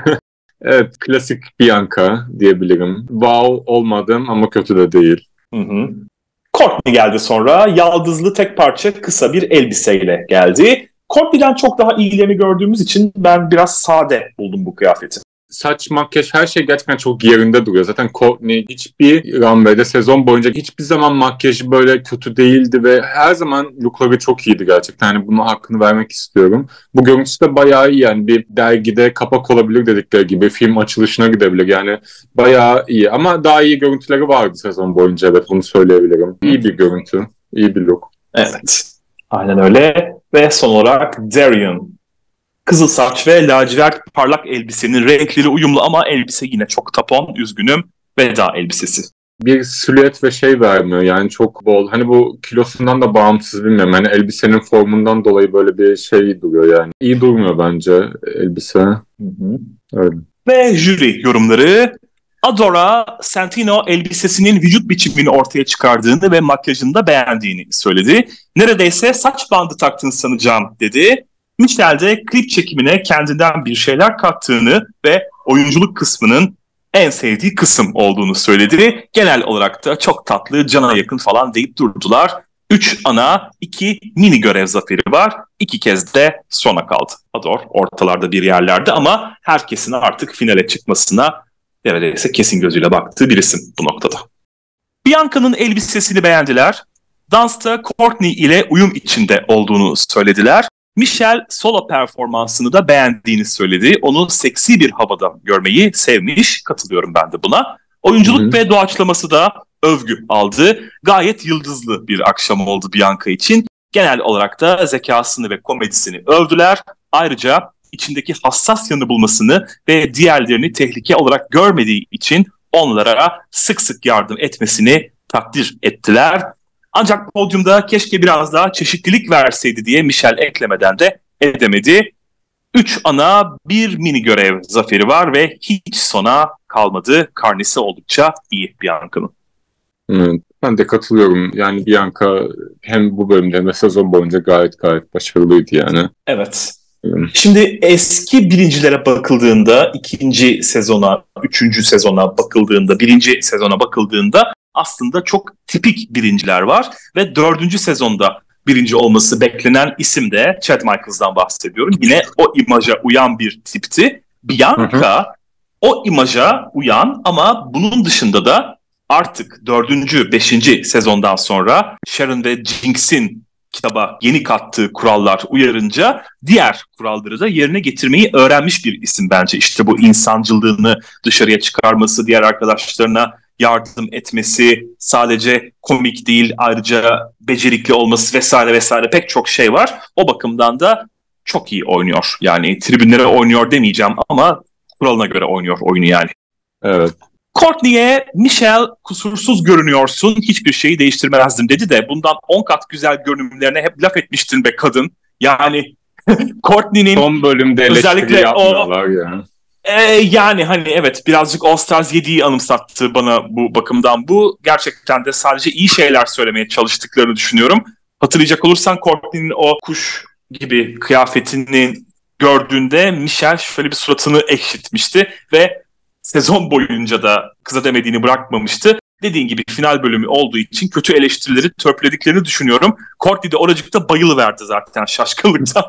Evet, klasik Bianca diyebilirim. Wow olmadım ama kötü de değil. Hı hı. Courtney geldi sonra. Yaldızlı tek parça kısa bir elbiseyle geldi. Courtney'den çok daha iyilerini gördüğümüz için ben biraz sade buldum bu kıyafeti. Saç, makyaj, her şey gerçekten çok yerinde duruyor. Zaten Courtney hiçbir runway'de sezon boyunca hiçbir zaman makyajı böyle kötü değildi ve her zaman lookları çok iyiydi gerçekten. Yani bunun hakkını vermek istiyorum. Bu görüntüsü de bayağı iyi, yani bir dergide kapak olabilir dedikleri gibi, film açılışına gidebilir. Yani bayağı iyi ama daha iyi görüntüleri vardı sezon boyunca, evet, bunu söyleyebilirim. İyi bir görüntü, iyi bir look. Evet, aynen öyle. Ve son olarak Darian. Kızıl saç ve lacivert parlak elbisenin renkleri uyumlu ama elbise yine çok tapon, üzgünüm. Veda elbisesi. Bir silüet ve şey vermiyor yani, çok bol. Hani bu kilosundan da bağımsız, bilmiyorum. Yani elbisenin formundan dolayı böyle bir şey duruyor yani. İyi durmuyor bence elbise. Hı hı. Öyle. Ve jüri yorumları. Adora Santino elbisesinin vücut biçimini ortaya çıkardığını ve makyajını da beğendiğini söyledi. Neredeyse saç bandı taktığını sanacağım dedi. Michelle de klip çekimine kendinden bir şeyler kattığını ve oyunculuk kısmının en sevdiği kısım olduğunu söyledi. Genel olarak da çok tatlı, cana yakın falan deyip durdular. Üç ana, iki mini görev zaferi var. İki kez de sona kaldı. Ador ortalarda bir yerlerde ama herkesin artık finale çıkmasına neredeyse kesin gözüyle baktığı bir isim bu noktada. Bianca'nın elbisesini beğendiler. Dansta Courtney ile uyum içinde olduğunu söylediler. Michelle solo performansını da beğendiğini söyledi. Onu seksi bir havada görmeyi sevmiş. Katılıyorum ben de buna. Oyunculuk Hı-hı. ve doğaçlaması da övgü aldı. Gayet yıldızlı bir akşam oldu Bianca için. Genel olarak da zekasını ve komedisini övdüler. Ayrıca içindeki hassas yanı bulmasını ve diğerlerini tehlike olarak görmediği için onlara sık sık yardım etmesini takdir ettiler. Ancak podyumda keşke biraz daha çeşitlilik verseydi diye Michelle eklemeden de edemedi. Üç ana, bir mini görev zaferi var ve hiç sona kalmadı. Karnesi oldukça iyi Bianca'nın. Evet, ben de katılıyorum. Yani Bianca hem bu bölümde hem de sezon boyunca gayet gayet başarılıydı yani. Evet. Şimdi eski birincilere bakıldığında, ikinci sezona, üçüncü sezona bakıldığında, birinci sezona bakıldığında aslında çok tipik birinciler var ve dördüncü sezonda birinci olması beklenen isim de Chad Michaels'dan bahsediyorum. Yine o imaja uyan bir tipti. Bianca hı hı. o imaja uyan ama bunun dışında da artık dördüncü, beşinci sezondan sonra Sharon ve Jinx'in kitaba yeni kattığı kurallar uyarınca diğer kuralları da yerine getirmeyi öğrenmiş bir isim bence. İşte bu insancılığını dışarıya çıkarması, diğer arkadaşlarına yardım etmesi, sadece komik değil ayrıca becerikli olması vesaire vesaire pek çok şey var. O bakımdan da çok iyi oynuyor. Yani tribünlere oynuyor demeyeceğim ama kuralına göre oynuyor oyunu yani. Evet. Courtney'e Michelle kusursuz görünüyorsun, hiçbir şeyi değiştirmezdim dedi de bundan on kat güzel görünümlerine hep laf etmiştin be kadın. Yani Courtney'nin son bölümde eleştiri yapmıyorlar o, ya. E, yani hani evet birazcık All Stars yediği anımsattı bana bu bakımdan. Bu gerçekten de sadece iyi şeyler söylemeye çalıştıklarını düşünüyorum. Hatırlayacak olursan Courtney'nin o kuş gibi kıyafetini gördüğünde Michelle şöyle bir suratını ekşitmişti ve sezon boyunca da kıza demediğini bırakmamıştı. Dediğin gibi final bölümü olduğu için kötü eleştirileri törpülediklerini düşünüyorum. Courtney de oracıkta bayılıverdi zaten şaşkınlıktan.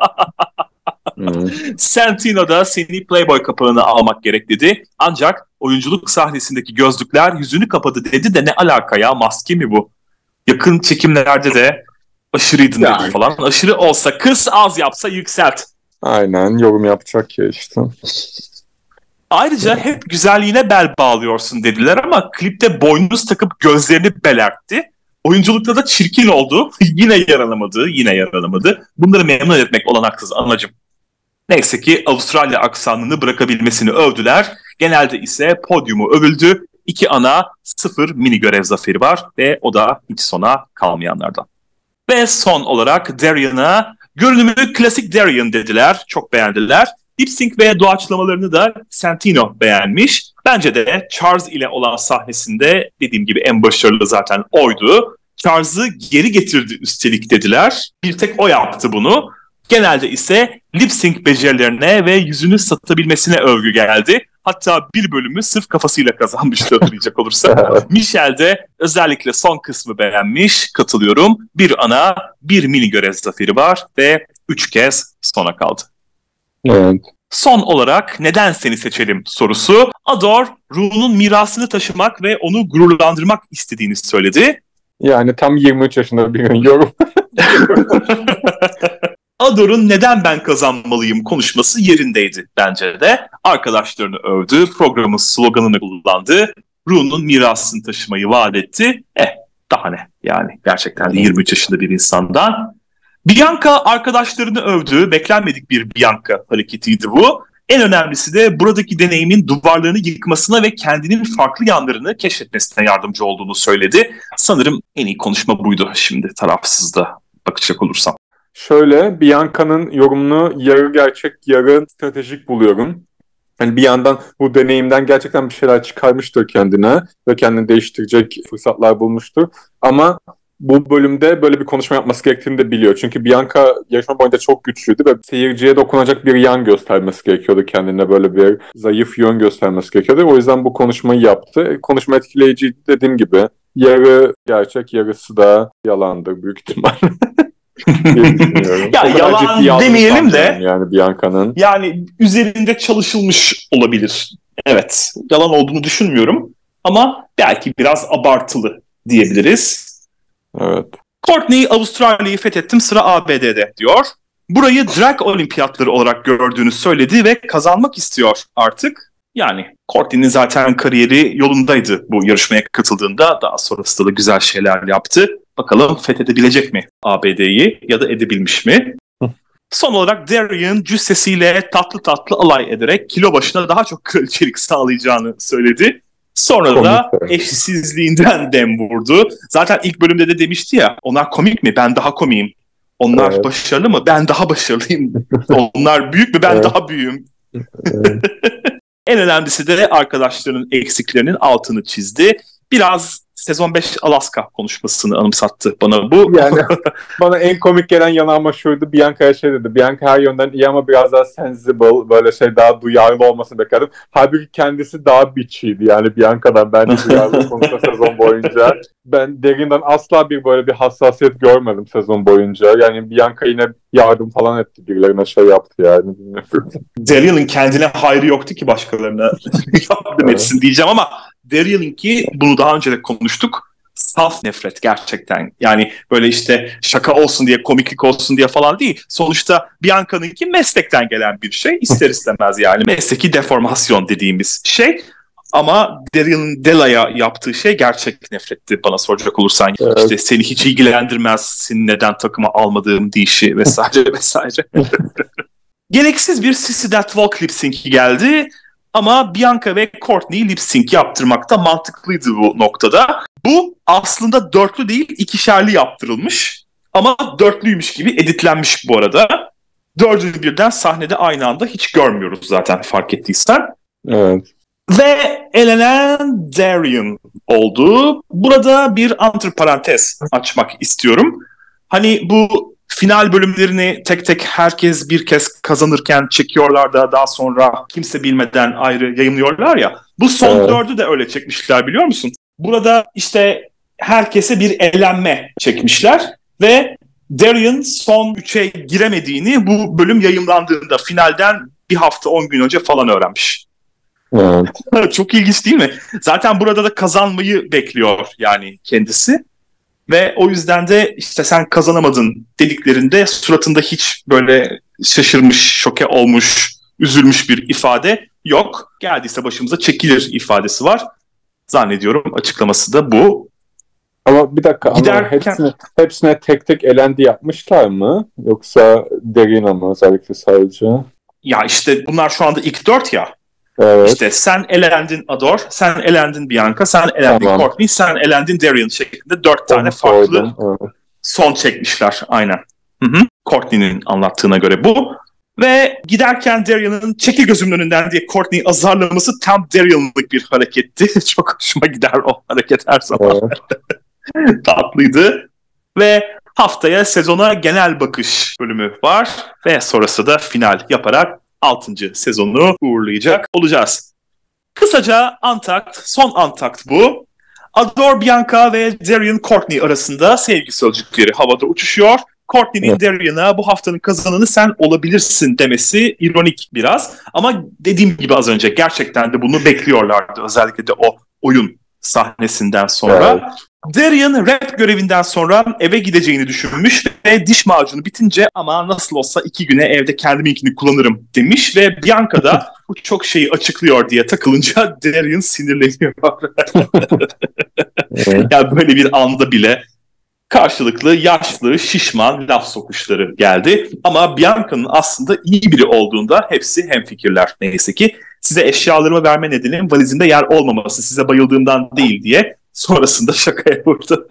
hmm. Santino da seni Playboy kapağına almak gerek dedi. Ancak oyunculuk sahnesindeki gözlükler yüzünü kapadı dedi de ne alaka ya, maske mi bu? Yakın çekimlerde de aşırıydın yani. Dedi falan. Aşırı olsa kız, az yapsa yükselt. Aynen, yorum yapacak ya işte. Ayrıca hep güzelliğine bel bağlıyorsun dediler ama klipte boynuz takıp gözlerini belertti. Oyunculukta da çirkin oldu. yine yaranamadı, yine yaranamadı. Bunları memnun etmek olan haksız anacığım. Neyse ki Avustralya aksanını bırakabilmesini övdüler. Genelde ise podyumu övüldü. İki ana, sıfır mini görev zaferi var ve o da hiç sona kalmayanlardan. Ve son olarak Darian'a görünümü klasik Darian dediler, çok beğendiler. Lip sync ve doğaçlamalarını da Santino beğenmiş. Bence de Charles ile olan sahnesinde dediğim gibi en başarılı zaten oydu. Charles'ı geri getirdi üstelik dediler. Bir tek o yaptı bunu. Genelde ise lip sync becerilerine ve yüzünü satabilmesine övgü geldi. Hatta bir bölümü sırf kafasıyla kazanmıştı hatırlayacak olursa. Michel de özellikle son kısmı beğenmiş, katılıyorum. Bir ana, bir mini görev zaferi var ve üç kez sona kaldı. Evet. Son olarak neden seni seçelim sorusu. Ador, Ru'nun mirasını taşımak ve onu gururlandırmak istediğini söyledi. Yani tam yirmi üç yaşında bir yorum. Ador'un neden ben kazanmalıyım konuşması yerindeydi bence de. Arkadaşlarını övdü, programın sloganını kullandı. Ru'nun mirasını taşımayı vaat etti. Eh daha ne yani gerçekten de yirmi üç yaşında bir insandan. Bianca arkadaşlarını övdü. Beklenmedik bir Bianca hareketiydi bu. En önemlisi de buradaki deneyimin duvarlarını yıkmasına ve kendinin farklı yanlarını keşfetmesine yardımcı olduğunu söyledi. Sanırım en iyi konuşma buydu şimdi tarafsız da bakacak olursam. Şöyle, Bianca'nın yorumunu yarı gerçek, yarı stratejik buluyorum. Yani bir yandan bu deneyimden gerçekten bir şeyler çıkarmıştır kendine ve kendini değiştirecek fırsatlar bulmuştur. Ama bu bölümde böyle bir konuşma yapması gerektiğini de biliyor. Çünkü Bianca yarışma boyunca çok güçlüydü ve seyirciye dokunacak bir yan göstermesi gerekiyordu. Kendine böyle bir zayıf yön göstermesi gerekiyordu. O yüzden bu konuşmayı yaptı. Konuşma etkileyiciydi dediğim gibi. Yarı gerçek, yarısı da yalandır büyük ihtimal. Ya yalan demeyelim de yani Bianca'nın. Yani üzerinde çalışılmış olabilir. Evet. Yalan olduğunu düşünmüyorum. Ama belki biraz abartılı diyebiliriz. Evet. Courtney Avustralya'yı fethettim sıra A B D'de diyor. Burayı drag olimpiyatları olarak gördüğünü söyledi ve kazanmak istiyor artık. Yani Courtney'nin zaten kariyeri yolundaydı bu yarışmaya katıldığında. Daha sonrasında da güzel şeyler yaptı. Bakalım fethedebilecek mi A B D'yi ya da edebilmiş mi? Son olarak Darian cüssesiyle tatlı tatlı alay ederek kilo başına daha çok kraliçelik sağlayacağını söyledi. Sonra komik da mi? Eşsizliğinden dem vurdu. Zaten ilk bölümde de demişti ya, onlar komik mi? Ben daha komiyim. Onlar evet. Başarılı mı? Ben daha başarılıyım. Onlar büyük mü? Ben evet. daha büyüğüm. Evet. En önemlisi de arkadaşlarının eksiklerinin altını çizdi. Biraz sezon beş Alaska konuşmasını anımsattı bana bu. Yani bana en komik gelen yanı ama şuydu. Bianca'ya şey dedi. Bianca her yönden iyi ama biraz daha sensible, böyle şey daha duyarlı olmasını bekledim. Halbuki kendisi daha bitchiydi. Yani Bianca'dan bence duyarlı konuşma sezon boyunca. Ben Darian'dan asla bir böyle bir hassasiyet görmedim sezon boyunca. Yani Bianca yine yardım falan etti. Birilerine şey yaptı yani. Darian'ın kendine hayrı yoktu ki başkalarına yardım etsin diyeceğim ama Darian'ınki, bunu daha önce de konuştuk, saf nefret gerçekten. Yani böyle işte şaka olsun diye, komiklik olsun diye falan değil. Sonuçta Bianca'nınki meslekten gelen bir şey. İster istemez yani. Mesleki deformasyon dediğimiz şey. Ama Darian'ın Dela'ya yaptığı şey gerçek nefretti bana soracak olursan. Evet. İşte seni hiç ilgilendirmez, seni neden takıma almadığım deyişi vesaire vesaire. Gereksiz bir Sissy That Walk lip sync'i geldi. Ama Bianca ve Courtney lip sync yaptırmak da mantıklıydı bu noktada. Bu aslında dörtlü değil, ikişerli yaptırılmış. Ama dörtlüymüş gibi editlenmiş bu arada. Dördünü birden sahnede aynı anda hiç görmüyoruz zaten, fark ettiysen. Evet. Ve elenen Darian oldu. Burada bir antiparantez açmak istiyorum. Hani bu final bölümlerini tek tek herkes bir kez kazanırken çekiyorlar da daha sonra kimse bilmeden ayrı yayınlıyorlar ya. Bu son evet. dördü de öyle çekmişler, biliyor musun? Burada işte herkese bir elenme çekmişler ve Darian son üçe giremediğini bu bölüm yayınlandığında finalden bir hafta on gün önce falan öğrenmiş. Evet. Çok ilginç değil mi? Zaten burada da kazanmayı bekliyor yani kendisi. Ve o yüzden de işte sen kazanamadın dediklerinde suratında hiç böyle şaşırmış, şoke olmuş, üzülmüş bir ifade yok. Geldiyse başımıza çekilir ifadesi var. Zannediyorum açıklaması da bu. Ama bir dakika, Giderken... ama hepsine, hepsine tek tek elendi yapmışlar mı? Yoksa Darian'a mı özellikle sadece? Ya işte bunlar şu anda ilk dört ya. Evet. İşte sen elendin Adore, sen elendin Bianca, sen elendin Tamam. Courtney, sen elendin Darian şeklinde dört tane Onu farklı koydum, evet. son çekmişler. Aynen. Hı hı. Courtney'nin anlattığına göre bu. Ve giderken Darian'ın çekil gözümün önünden diye Courtney'i azarlaması tam Darian'lık bir hareketti. Çok hoşuma gider o hareket her zaman. Evet. Tatlıydı. Ve haftaya sezona genel bakış bölümü var. Ve sonrası da final yaparak altıncı sezonu uğurlayacak olacağız. Kısaca Untucked, son Untucked bu. Adore, Bianca ve Darian Courtney arasında sevgi sözcükleri havada uçuşuyor. Courtney'nin evet. Darian'a bu haftanın kazananı sen olabilirsin demesi ironik biraz. Ama dediğim gibi az önce gerçekten de bunu bekliyorlardı. Özellikle de o oyun sahnesinden sonra. Evet. Darian rap görevinden sonra eve gideceğini düşünmüş ve diş macunu bitince ama nasıl olsa iki güne evde kendiminkini kullanırım demiş ve Bianca da bu çok şeyi açıklıyor diye takılınca Darian sinirleniyor. Evet. Yani böyle bir anda bile karşılıklı yaşlı, şişman laf sokuşları geldi. Ama Bianca'nın aslında iyi biri olduğunda hepsi hemfikirler neyse ki. Size eşyalarımı verme nedenim valizimde yer olmaması, size bayıldığımdan değil diye sonrasında şakaya vurdu.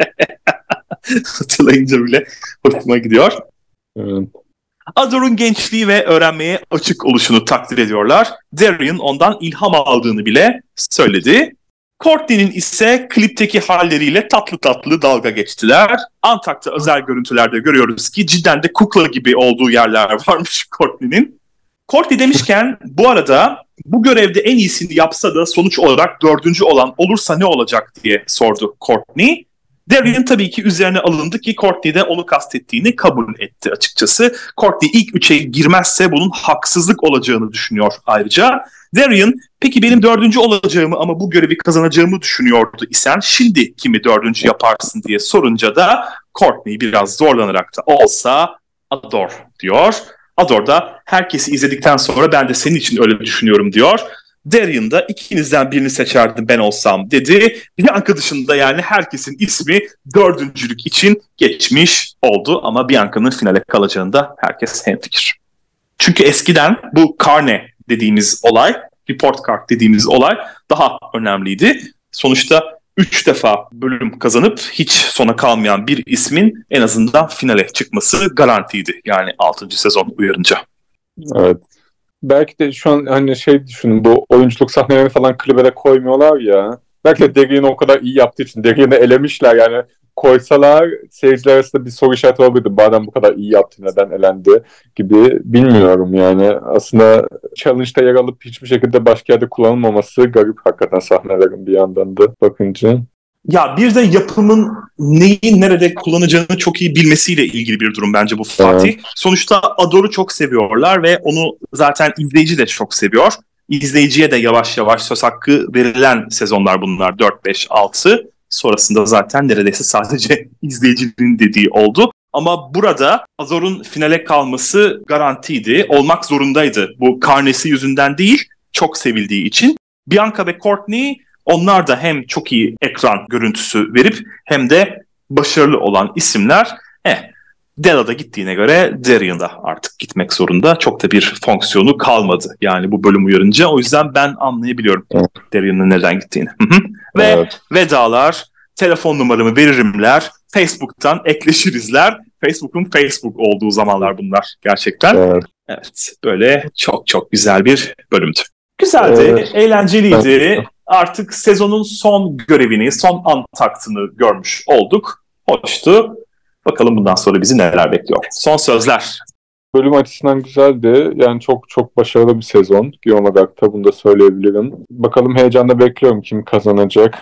Hatırlayınca bile hoşuma gidiyor. Evet. Adore'un gençliği ve öğrenmeye açık oluşunu takdir ediyorlar. Darian ondan ilham aldığını bile söyledi. Courtney'nin ise klipteki halleriyle tatlı tatlı dalga geçtiler. Untucked'ta özel görüntülerde görüyoruz ki cidden de kukla gibi olduğu yerler varmış Courtney'nin. Courtney demişken bu arada bu görevde en iyisini yapsa da sonuç olarak dördüncü olan olursa ne olacak diye sordu Courtney. Darian tabii ki üzerine alındı ki Courtney de onu kastettiğini kabul etti açıkçası. Courtney ilk üçe girmezse bunun haksızlık olacağını düşünüyor ayrıca. Darian, peki benim dördüncü olacağımı ama bu görevi kazanacağımı düşünüyordu isen şimdi kimi dördüncü yaparsın diye sorunca da Courtney biraz zorlanarak da olsa Adore diyor. Adore da herkesi izledikten sonra ben de senin için öyle düşünüyorum diyor. Darian da ikinizden birini seçerdim ben olsam dedi. Bianca dışında yani herkesin ismi dördüncülük için geçmiş oldu ama Bianca'nın finale kalacağında herkes hemfikir. Çünkü eskiden bu karne dediğimiz olay, report card dediğimiz olay daha önemliydi. Sonuçta üç defa bölüm kazanıp hiç sona kalmayan bir ismin en azından finale çıkması garantiydi. Yani altıncı sezon uyarınca. Evet. Belki de şu an hani şey düşünün, bu oyunculuk sahnelerini falan klibe de koymuyorlar ya. Belki de Darian o kadar iyi yaptığı için Darian'ı elemişler yani. Koysalar seyirciler arasında bir soru işareti olabilirdi. Madem bu kadar iyi yaptı neden elendi gibi, bilmiyorum yani. Aslında challenge'da yer alıp hiçbir şekilde başka yerde kullanılmaması garip hakikaten sahnelerin bir yandan da bakınca. Ya bir de yapımın neyi nerede kullanacağını çok iyi bilmesiyle ilgili bir durum bence bu Fatih. Evet. Sonuçta Adore'u çok seviyorlar ve onu zaten izleyici de çok seviyor. İzleyiciye de yavaş yavaş söz hakkı verilen sezonlar bunlar dört, beş, altı. Sonrasında zaten neredeyse sadece izleyicinin dediği oldu. Ama burada Adore'un finale kalması garantiydi. Olmak zorundaydı. Bu karnesi yüzünden değil, çok sevildiği için. Bianca ve Courtney, onlar da hem çok iyi ekran görüntüsü verip hem de başarılı olan isimler. Eh, Dela'da gittiğine göre Darian da artık gitmek zorunda. Çok da bir fonksiyonu kalmadı yani bu bölüm uyarınca. O yüzden ben anlayabiliyorum evet. Darian'ın neden gittiğini. Ve evet. Vedalar, telefon numaramı veririmler, Facebook'tan ekleşirizler. Facebook'un Facebook olduğu zamanlar bunlar gerçekten. Evet, evet, böyle çok çok güzel bir bölümdü. Güzeldi, evet. Eğlenceliydi. Evet. Artık sezonun son görevini, son Untucked'ını görmüş olduk. Hoştu. Bakalım bundan sonra bizi neler bekliyor. Son sözler. Bölüm açısından güzeldi. Yani çok çok başarılı bir sezon. Genel olarak da bunu da söyleyebilirim. Bakalım, heyecanla bekliyorum kim kazanacak.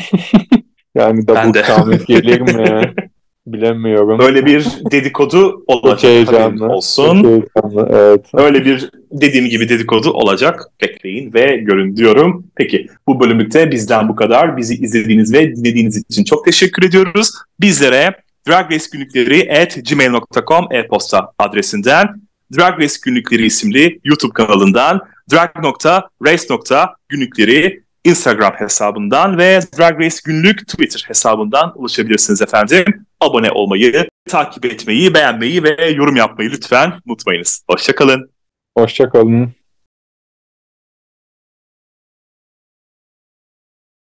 Yani da bu tahmin gelir mi? Bilemiyorum. Böyle bir dedikodu olacak. Çok heyecanlı. Olsun. Çok heyecanlı, evet. Öyle bir dediğim gibi dedikodu olacak. Bekleyin ve görün diyorum. Peki bu bölümlükte bizden bu kadar. Bizi izlediğiniz ve dinlediğiniz için çok teşekkür ediyoruz. Bizlere Drag Race Günlükleri at gmail nokta com e-posta adresinden, Drag Race Günlükleri isimli YouTube kanalından, drag nokta race nokta günlükleri Instagram hesabından ve Drag Race Günlük Twitter hesabından ulaşabilirsiniz efendim. Abone olmayı, takip etmeyi, beğenmeyi ve yorum yapmayı lütfen unutmayınız. Hoşça kalın. Hoşça kalın.